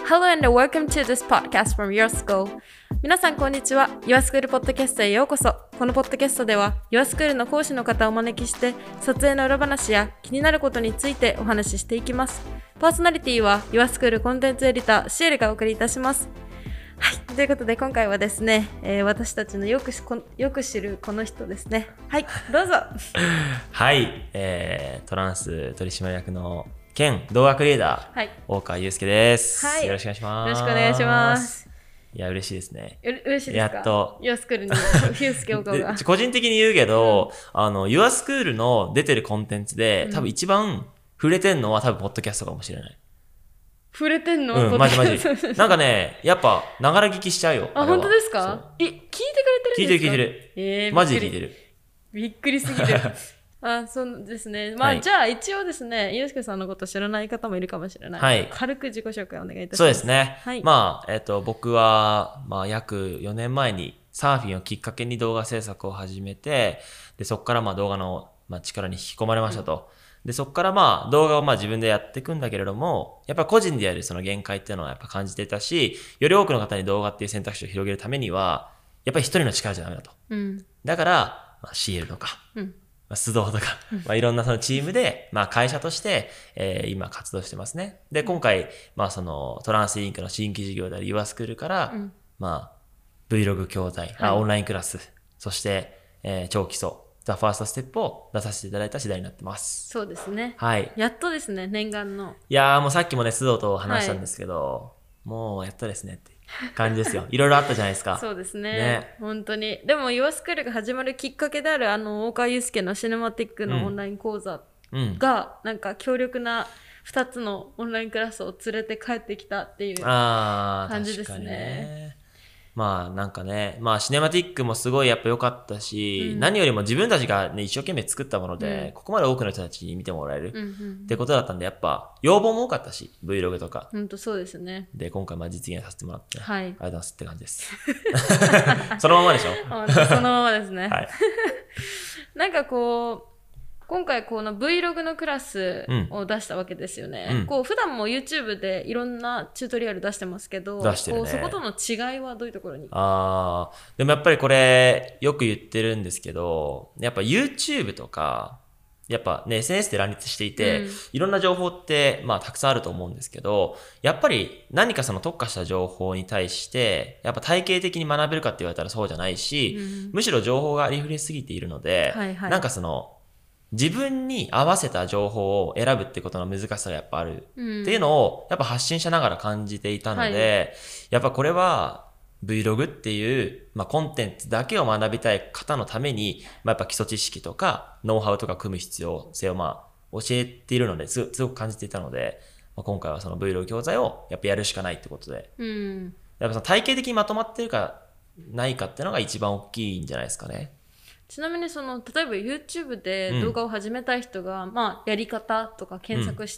Hello and welcome to this podcast from Your School. 皆さんこんにちは。Your School ポッドキャストへようこそ。このポッドキャストでは Your School の講師の方をお招きして撮影の裏話や気になることについてお話ししていきます。パーソナリティは Your School コンテンツエディターシエルがお送りいたします。はい、ということで今回はですね、私たちのよく知るこの人ですね。はい、どうぞ。 はい、トランス取締役の兼動画クリエイター、大川祐介です、はい。よろしくお願いします。 よろしくお願いします。 いや、嬉しいですね。 嬉しいですか？ やっと。 ユアスクールに祐介大川が。 個人的に言うけど、ユアスクールの出てるコンテンツで、多分一番触れてんのは多分ポッドキャストかもしれない。 触れてんの？ マジ。なんかね、やっぱ、ながら聞きしちゃうよ。 あ、本当ですか？聞いてくれてるんですか？ 聞いてる。マジで聞いてる。 びっくりすぎる。あ、そうですね。まあ、はい、じゃあ一応ですね、祐介さんのこと知らない方もいるかもしれない。はい。軽く自己紹介お願いいたします。 そうですね。はい。まあ、僕は、約4年前にサーフィンをきっかけに動画制作を始めて、で、そこから動画の、力に引き込まれましたと。で、そこから動画を自分でやっていくんだけれども、やっぱ個人でやるその限界っていうのはやっぱ感じていたし、より多くの方に動画っていう選択肢を広げるためには、やっぱり一人の力じゃダメだと。だから、CL とか、須藤とか、いろんなそのチームで、会社として、今活動してますね。で、今回、そのトランスインクの新規事業である Your School から、Vlog 教材、オンラインクラス、そして、超基礎、The First Step を出させていただいた次第になってます。 そうですね。 はい。 やっとですね、念願の。 いやーもうさっきもね、須藤と話したんですけど、もうやっとですねって感じですよ。いろいろあったじゃないですか。 そうですね。本当に。でも Your School が始まるきっかけである大川祐介のシネマティックのオンライン講座が、なんか強力な2つのオンラインクラスを連れて帰ってきたっていう感じですね。 なんかね、シネマティックもすごいやっぱ良かったし、何よりも自分たちがね、一生懸命作ったもので、ここまで多くの人たちに見てもらえるってことだったんで、やっぱ要望も多かったし、Vlog とか。 本当そうですね。 で、今回実現させてもらって、 はい。 ありがとうございますって感じです。そのままでしょ？ そのままですね。 はい。 なんか今回この Vlog のクラスを出したわけですよね。普段も YouTube でいろんなチュートリアル出してますけど、 出してるね、 そことの違いはどういうところに？ でもやっぱりこれよく言ってるんですけど、やっぱ YouTube とか、やっぱね、SNS で乱立していて、いろんな情報ってたくさんあると思うんですけど、やっぱり何かその特化した情報に対して、やっぱ体系的に学べるかって言われたらそうじゃないし、むしろ情報がありふれすぎているので、なんかその、自分に合わせた情報を選ぶってことの難しさがやっぱあるっていうのをやっぱ発信しながら感じていたので、やっぱこれは Vlog っていうコンテンツだけを学びたい方のためにやっぱ基礎知識とかノウハウとか組む必要性を教えているのですごく感じていたので、今回はその Vlog 教材をやっぱやるしかないってことで、やっぱその体系的にまとまってるかないかっていうのが一番大きいんじゃないですかね。 ちなみに例えば YouTube で動画を始めたい人が、やり方とか検索して、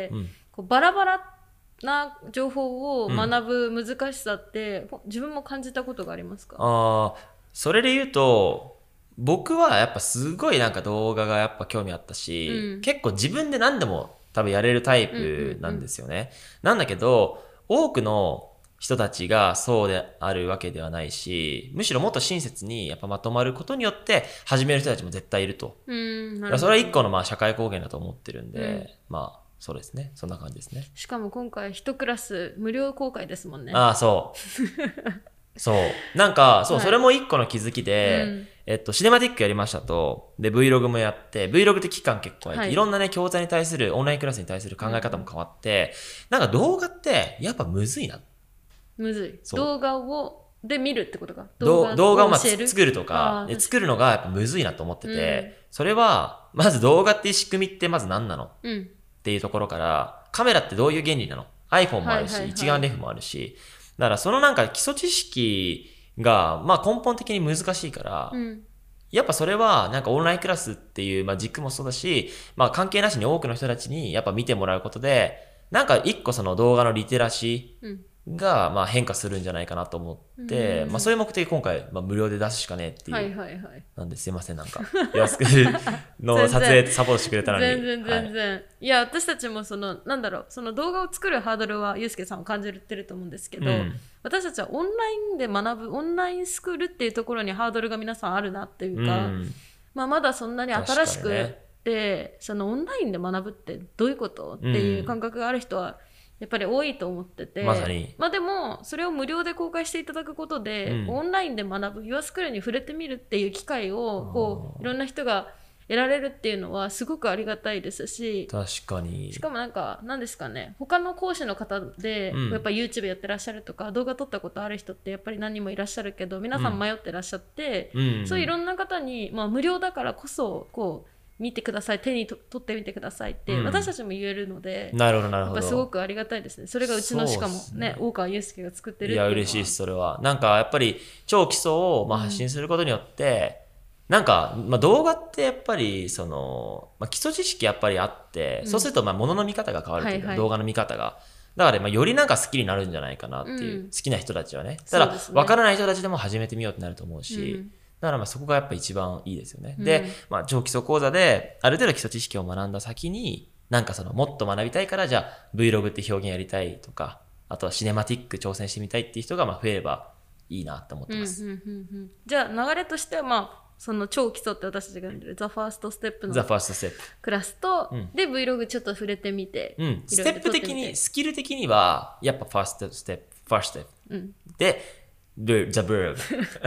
バラバラな情報を学ぶ難しさって、自分も感じたことがありますか？ それで言うと、僕はやっぱすごいなんか動画がやっぱ興味あったし、結構自分で何でも多分やれるタイプなんですよね。なんだけど、多くの人たちがそうであるわけではないし、むしろもっと親切にやっぱまとまることによって始める人たちも絶対いると。それは一個の社会貢献だと思ってるんで、そうですね。そんな感じですね。 しかも今回1クラス無料公開ですもんね。 そう。そう。なんか、それも一個の気づきで、シネマティックやりましたと、で、Vlog もやって、Vlog って期間結構いろんなね、教材に対する、オンラインクラスに対する考え方も変わって、なんか動画ってやっぱむずいな。 むずい。動画で見るってことか。 動画を作るとか、作るのがやっぱむずいなと思ってて、それは、まず動画っていう仕組みってまず何なの、っていうところから、カメラってどういう原理なの？ iPhone もあるし、一眼レフもあるし、だからそのなんか基礎知識が、根本的に難しいから、やっぱそれはなんかオンラインクラスっていう、軸もそうだし、関係なしに多くの人たちにやっぱ見てもらうことで、なんか一個その動画のリテラシーが、まあ、変化するんじゃないかなと思って、まあ、そういう目的今回、まあ、無料で出すしかねえっていう。 はいはいはい。 なんですいません、なんか。安くの撮影サポートしてくれたのに。 全然。いや、私たちもその、なんだろう、その動画を作るハードルは、ゆうすけさんも感じてると思うんですけど、私たちはオンラインで学ぶ、オンラインスクールっていうところにハードルが皆さんあるなっていうか、まあ、まだそんなに新しくて、そのオンラインで学ぶってどういうことっていう感覚がある人は、やっぱり多いと思ってて、 まさに。 まあでもそれを無料で公開していただくことで、オンラインで学ぶ YourSchool に触れてみるっていう機会をこういろんな人が得られるっていうのはすごくありがたいですし、 確かに。 しかもなんか何ですかね、他の講師の方で、やっぱ YouTube やってらっしゃるとか動画撮ったことある人ってやっぱり何人もいらっしゃるけど、皆さん迷ってらっしゃって、そういういろんな方に、まあ、無料だからこそこう見てください、手に取ってみてくださいって私たちも言えるので、 なるほどなるほど。 やっぱすごくありがたいですね。それがうちのしかもね、大川祐介が作ってるっていうのは。 いや嬉しいです。それはなんかやっぱり超基礎をまあ発信することによって、なんか、まあ、動画ってやっぱりその、まあ、基礎知識やっぱりあって、そうするとまあ物の見方が変わるというか、動画の見方が。だからまあよりなんか好きになるんじゃないかなっていう、好きな人たちはね。ただ分からない人たちでも始めてみようってなると思うし、だからまあそこがやっぱ一番いいですよね。で、まあ超基礎講座である程度基礎知識を学んだ先に、なんかそのもっと学びたいからじゃあ Vlog って表現やりたいとか、あとはシネマティック挑戦してみたいっていう人がまあ増えればいいなと思ってます。 じゃあ流れとしてはまあその超基礎って私たちが呼んでるザ・ファーストステップのクラスと、で Vlog ちょっと触れてみて、 ステップ的にスキル的にはやっぱファーストステップ、で The Vlog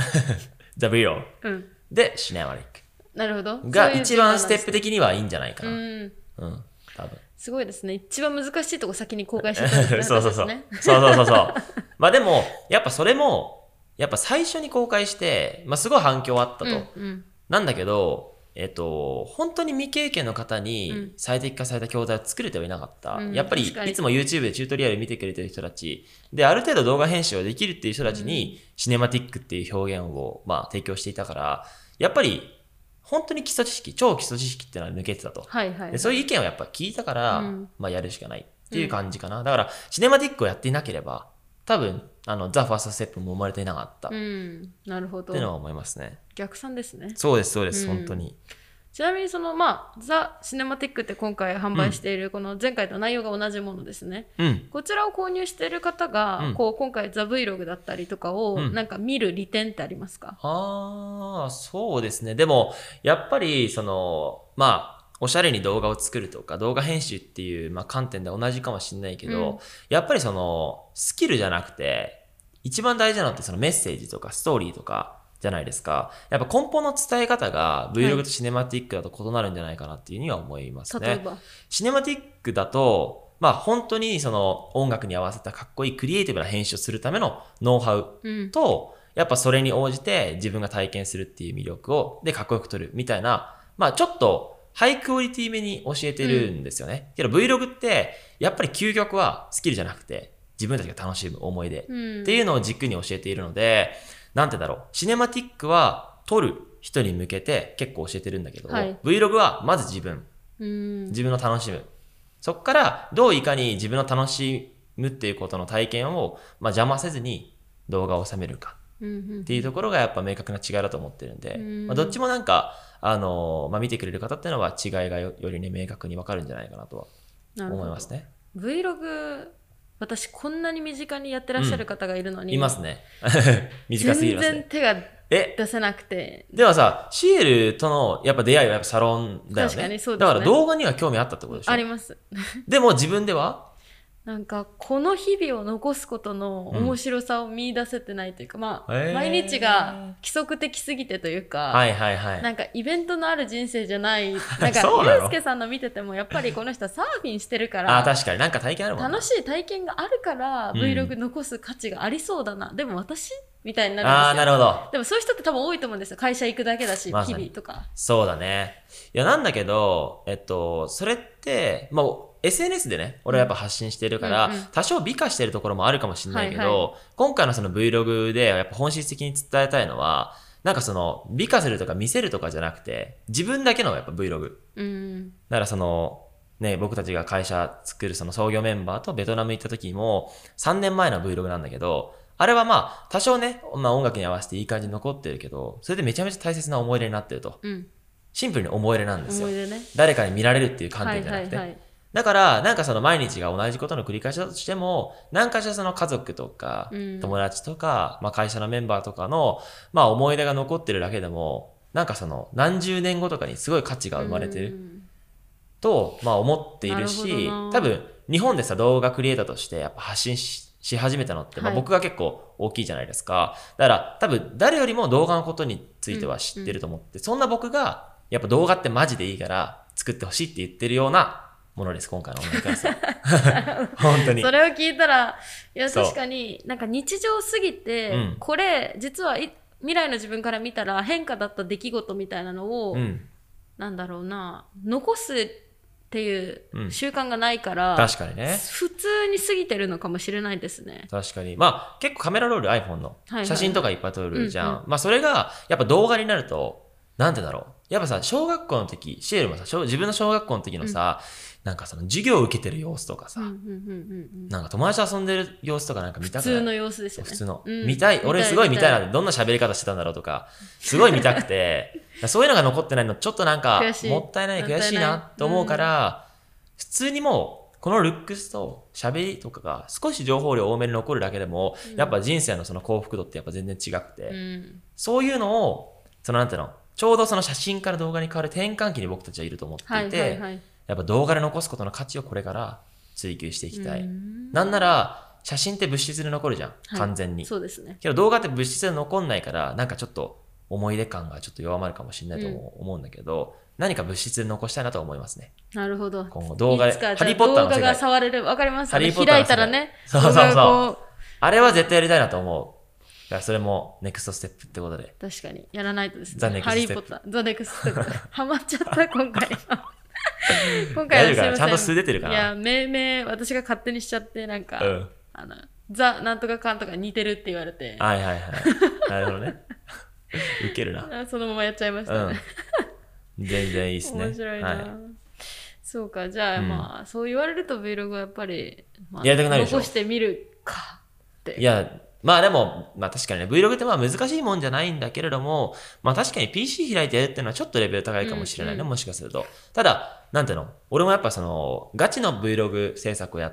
The Vlog、でシネマティックなるほどが一番ステップ的にはいいんじゃないかな。多分すごいですね。一番難しいとこ先に公開してたんですね。 そうまあでもやっぱそれもやっぱ最初に公開して、まあ、すごい反響あったと。なんだけど、本当に未経験の方に最適化された教材を作れてはいなかった。やっぱりいつも YouTube でチュートリアル見てくれてる人たちで、ある程度動画編集ができるっていう人たちに、シネマティックっていう表現をまあ提供していたから、やっぱり本当に基礎知識、超基礎知識っていうのは抜けてたと。でそういう意見をやっぱ聞いたから、まあやるしかないっていう感じかな。だから、シネマティックをやっていなければ、多分、ザ・ファーストステップも生まれていなかった。 なるほど。 っていうのは思いますね。 逆算ですね。 そうです、本当に。 ちなみにそのまあザ・シネマティックって今回販売しているこの前回と内容が同じものですね、こちらを購入している方がこう今回ザ Vlog だったりとかをなんか見る利点ってありますか？ そうですね。でもやっぱりそのまあおしゃれに動画を作るとか動画編集っていうまあ観点で同じかもしれないけど、やっぱりそのスキルじゃなくて一番大事なのってそのメッセージとかストーリーとかじゃないですか。やっぱ根本の伝え方が Vlog とシネマティックだと異なるんじゃないかなっていうには思いますね。 例えばシネマティックだと、まあ本当にその音楽に合わせたかっこいいクリエイティブな編集をするためのノウハウと、やっぱそれに応じて自分が体験するっていう魅力を、でかっこよく撮るみたいな、まあちょっとハイクオリティめに教えてるんですよね。けど Vlog ってやっぱり究極はスキルじゃなくて自分たちが楽しむ思い出っていうのを軸に教えているので、なんてだろう、シネマティックは撮る人に向けて結構教えてるんだけど、Vlog はまず自分の楽しむ。そこからどういかに自分の楽しむっていうことの体験を、まあ、邪魔せずに動画を収めるかっていうところがやっぱ明確な違いだと思ってるんで、まあ、どっちもなんか、まあ、見てくれる方っていうのは違いがよりね明確に分かるんじゃないかなとは思いますね。 Vlog私こんなに身近にやってらっしゃる方がいるのに、 いますね。短すぎますね。 全然手が出せなくて。 ではさ、シエルとのやっぱ出会いはやっぱサロンだよね。 確かにそうですね。 だから動画には興味あったってことでしょ？ あります。 でも自分ではなんかこの日々を残すことの面白さを見出せてないというか、まあ毎日が規則的すぎてというか、なんかイベントのある人生じゃない。なんかユースケさんの見ててもやっぱりこの人はサーフィンしてるから、 確かになんか体験あるもんね。 楽しい体験があるから Vlog 残す価値がありそうだな。でも私みたいになるんですよ。 なるほど。 でもそういう人って多分多いと思うんですよ。会社行くだけだし、日々とか。 そうだね。いやなんだけど、それってまあSNS でね、俺はやっぱ発信してるから、多少美化してるところもあるかもしれないけど、今回のその Vlog でやっぱ本質的に伝えたいのは、なんかその美化するとか見せるとかじゃなくて、自分だけのやっぱ Vlog。だからその、 ね、僕たちが会社作るその創業メンバーとベトナム行った時も、3年前の Vlog なんだけど、あれはまあ、多少ね、まあ音楽に合わせていい感じに残ってるけど、それでめちゃめちゃ大切な思い出になってると。 うん。 シンプルに思い出なんですよ。 思い出ね。 誰かに見られるっていう観点じゃなくて。 はいはいはい。 だから、なんかその毎日が同じことの繰り返しだとしても、何かしらその家族とか、友達とか、まあ会社のメンバーとかの、まあ思い出が残ってるだけでも、なんかその何十年後とかにすごい価値が生まれてると、まあ思っているし、多分日本でさ動画クリエイターとしてやっぱ発信し始めたのって、まあ僕が結構大きいじゃないですか。だから多分誰よりも動画のことについては知ってると思って、そんな僕がやっぱ動画ってマジでいいから作ってほしいって言ってるようなものです、今回のオンラインクラスは。本当に。 それを聞いたら、いや確かになんか日常すぎて、これ実は未来の自分から見たら変化だった出来事みたいなのを、なんだろうな、残すっていう習慣がないから、 確かにね。 普通に過ぎてるのかもしれないですね。 確かに。まあ結構カメラロール iPhone の写真とかいっぱい撮るじゃん。まあそれがやっぱ動画になると、なんてだろう。やっぱさ、小学校の時、シエルもさ、自分の小学校の時のさ、なんかその授業を受けてる様子とかさ、なんか友達と遊んでる様子とかなんか見たくない？ 普通の様子ですよね。 普通の。見たい。俺すごい見たいな。どんな喋り方してたんだろうとか、すごい見たくて、そういうのが残ってないのちょっとなんか、もったいない、悔しいなと思うから、普通にもう、このルックスと喋りとかが少し情報量多めに残るだけでも、やっぱ人生のその幸福度ってやっぱ全然違くて、そういうのを、そのなんていうの、ちょうどその写真から動画に変わる転換期に僕たちはいると思っていて、やっぱ動画で残すことの価値をこれから追求していきたい。なんなら、写真って物質で残るじゃん。完全に。 そうですね。 けど動画って物質で残んないから、なんかちょっと思い出感がちょっと弱まるかもしれないと思うんだけど、何か物質で残したいなと思いますね。 なるほど。 今後動画で、 ハリーポッターの世界。動画が触れる。わかりますね。開いたらね。 そうそうそう。あれは絶対やりたいなと思う。だからそれもネクストステップってことで。 確かに。やらないとですね。 ザ・ネクストステップ。 ハリーポッター。ザ・ネクストステップ。ハマっちゃった、今回。 今回はすいません。ちゃんと数出てるかな。 いや、命名、私が勝手にしちゃって、なんか、ザ・なんとかかんとか似てるって言われて。 はいはいはい。なるほどね。ウケるな。 そのままやっちゃいましたね。 全然いいですね。 面白いな。そうか、じゃあまあ、そう言われると Vlog はやっぱり、 やりたくなるでしょ。 残してみるかって。 いや、まあでも、まあ確かにね、Vlog ってまあ難しいもんじゃないんだけれども、まあ確かに PC 開いてやるっていうのはちょっとレベル高いかもしれないね、もしかすると。ただ、なんていうの、俺もやっぱその、ガチの Vlog 制作をやって、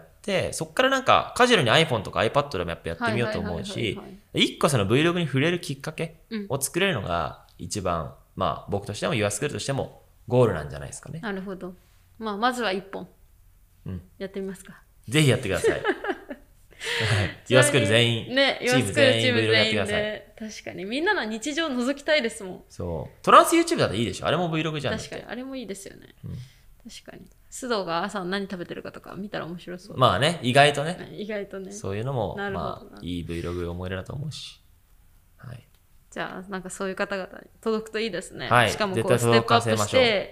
そっからなんかカジュアルに iPhone とか iPad でもやっぱやってみようと思うし、一個その Vlog に触れるきっかけを作れるのが一番、まあ僕としても YourSchool としてもゴールなんじゃないですかね。 なるほど。まあまずは一本。やってみますか。 ぜひやってください。YourSchool 全員、 ね、 チーム全員 Vlog やってください。 確かに。みんなの日常を覗きたいですもん。 そう。トランス YouTube だっていいでしょ。あれも Vlog じゃん。 確かに。あれもいいですよね。確かに。須藤が朝何食べてるかとか見たら面白そう。 まあね、意外とね。 意外とね。 そういうのも、まあ、いい Vlog 思い出だと思うし。はい。 じゃあ、なんかそういう方々に届くといいですね。 はい。 しかもこう、ステップアップして、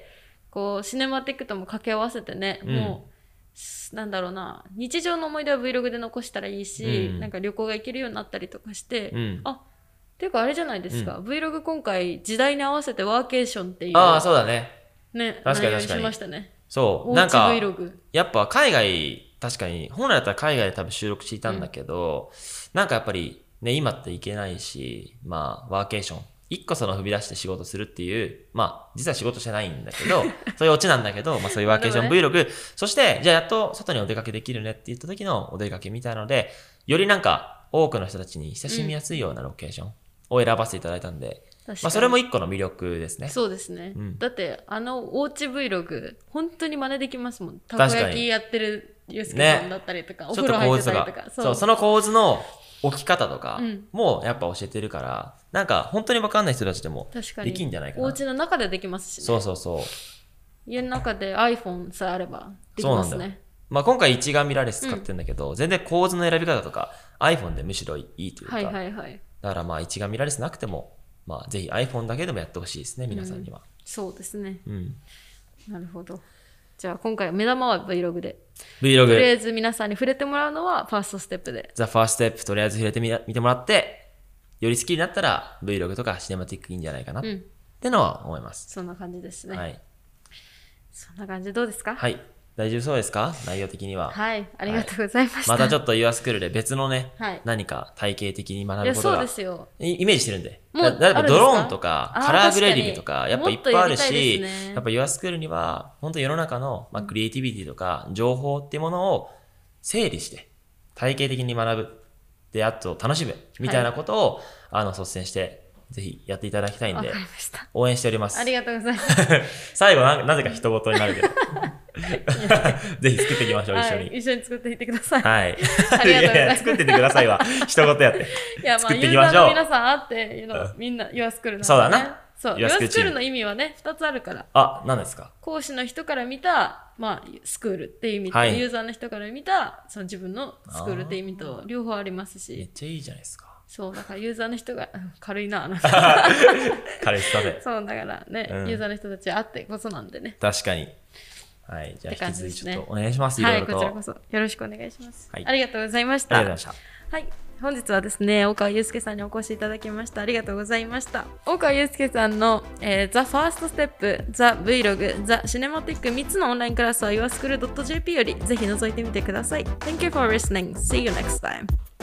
こう、シネマティックとも掛け合わせてね、もう、なんだろうな、日常の思い出は Vlog で残したらいいし、なんか旅行が行けるようになったりとかして、っていうかあれじゃないですか、Vlog 今回時代に合わせてワーケーションっていう。 ああ、そうだね。 ね、 確かに確かに。 しましたね。 そう。なんか、やっぱ海外、確かに、本来だったら海外で多分収録していたんだけど、なんかやっぱり、ね、今って行けないし、まあ、ワーケーション。一個その踏み出して仕事するっていう、まあ、実は仕事してないんだけど、そういうオチなんだけど、まあそういうワーケーション Vlog、そして、じゃあやっと外にお出かけできるねって言った時のお出かけみたいなので、よりなんか多くの人たちに親しみやすいようなロケーションを選ばせていただいたんで、まあそれも一個の魅力ですね。 そうですね。だって、おうち Vlog、本当に真似できますもん。たこ焼きやってるユースケさんだったりとか、お風呂入ってたりとか。 そう、その構図の置き方とかもやっぱ教えてるから、なんか本当に分かんない人たちでもできんじゃないかな。 お家の中でできますしね。 そうそうそう。 家の中で iPhone さえあればできますね。そうなんだよ。 まあ今回一眼ミラーレス使ってるんだけど、全然構図の選び方とか iPhone でむしろいいというか。だからまあ一眼ミラーレスなくても、まあぜひ iPhone だけでもやってほしいですね、皆さんには。 そうですね。なるほど。じゃあ今回目玉は Vlog で。 Vlog。 とりあえず皆さんに触れてもらうのはファーストステップで。 ザ・ファーストステップ、とりあえず触れてみてもらって、より好きになったら Vlog とかシネマティックいいんじゃないかなってのは思います。 そんな感じですね。 はい。 そんな感じどうですか？ はい。 大丈夫そうですか？内容的には。 はい、ありがとうございました。 またちょっと YourSchool で別のね、 はい何か体系的に学ぶいや、そうことがですよ。 イメージしてるんで。 もう例えばあるんですかドローンとかあーカラーグレーディングとか、 確かにやっぱいっぱいあるもっとやりたいし、 ですねやっぱ YourSchool には、本当世の中の、クリエイティビティとか情報っていうものを整理して、体系的に学ぶ。で、あと楽しむ。みたいなことを、率先して、ぜひやっていただきたいんでわかりました。 応援しております。 ありがとうございます。 最後なぜか人事になるけど。ぜひ作っていきましょう、一緒はい、 に。 一緒に作っていってください。 はい。 ありがとうございますや作ってってくださいは、一言やって。 いや、まあ、 作っユーザーのていきましょう。 皆さんあって、みんな、YourSchool なんで、ね。 そうだな。 そう、 YourSchool YourSchool チームの意味はね、2つあるから。 あ、何ですか？ 講師の人から見た、まあ、スクールっていう意味と、 はいユーザーの人から見た、その自分のスクールっていう意味と、両方ありますめっし、 ちゃいいじゃないですか。 そう、だからユーザーの人が、軽いな、 彼氏さで。 そう、だからね、 うんユーザーの人たちあってこそなんでね。 確かに。はい。じゃあって感引き続きじですねちょっとお願いします。いろはいい、 ろと。 こちらこそよろしくお願いします。 はいありがとうございました。 ありがとうございました。 はい、本日はですね、大川祐介さんにお越しいただきました。ありがとうございました。大川祐介さんの、The First Step、The Vlog、The Cinematic 3つのオンラインクラスは YourSchool.jp よりぜひ覗いてみてください。Thank you for listening. See you next time.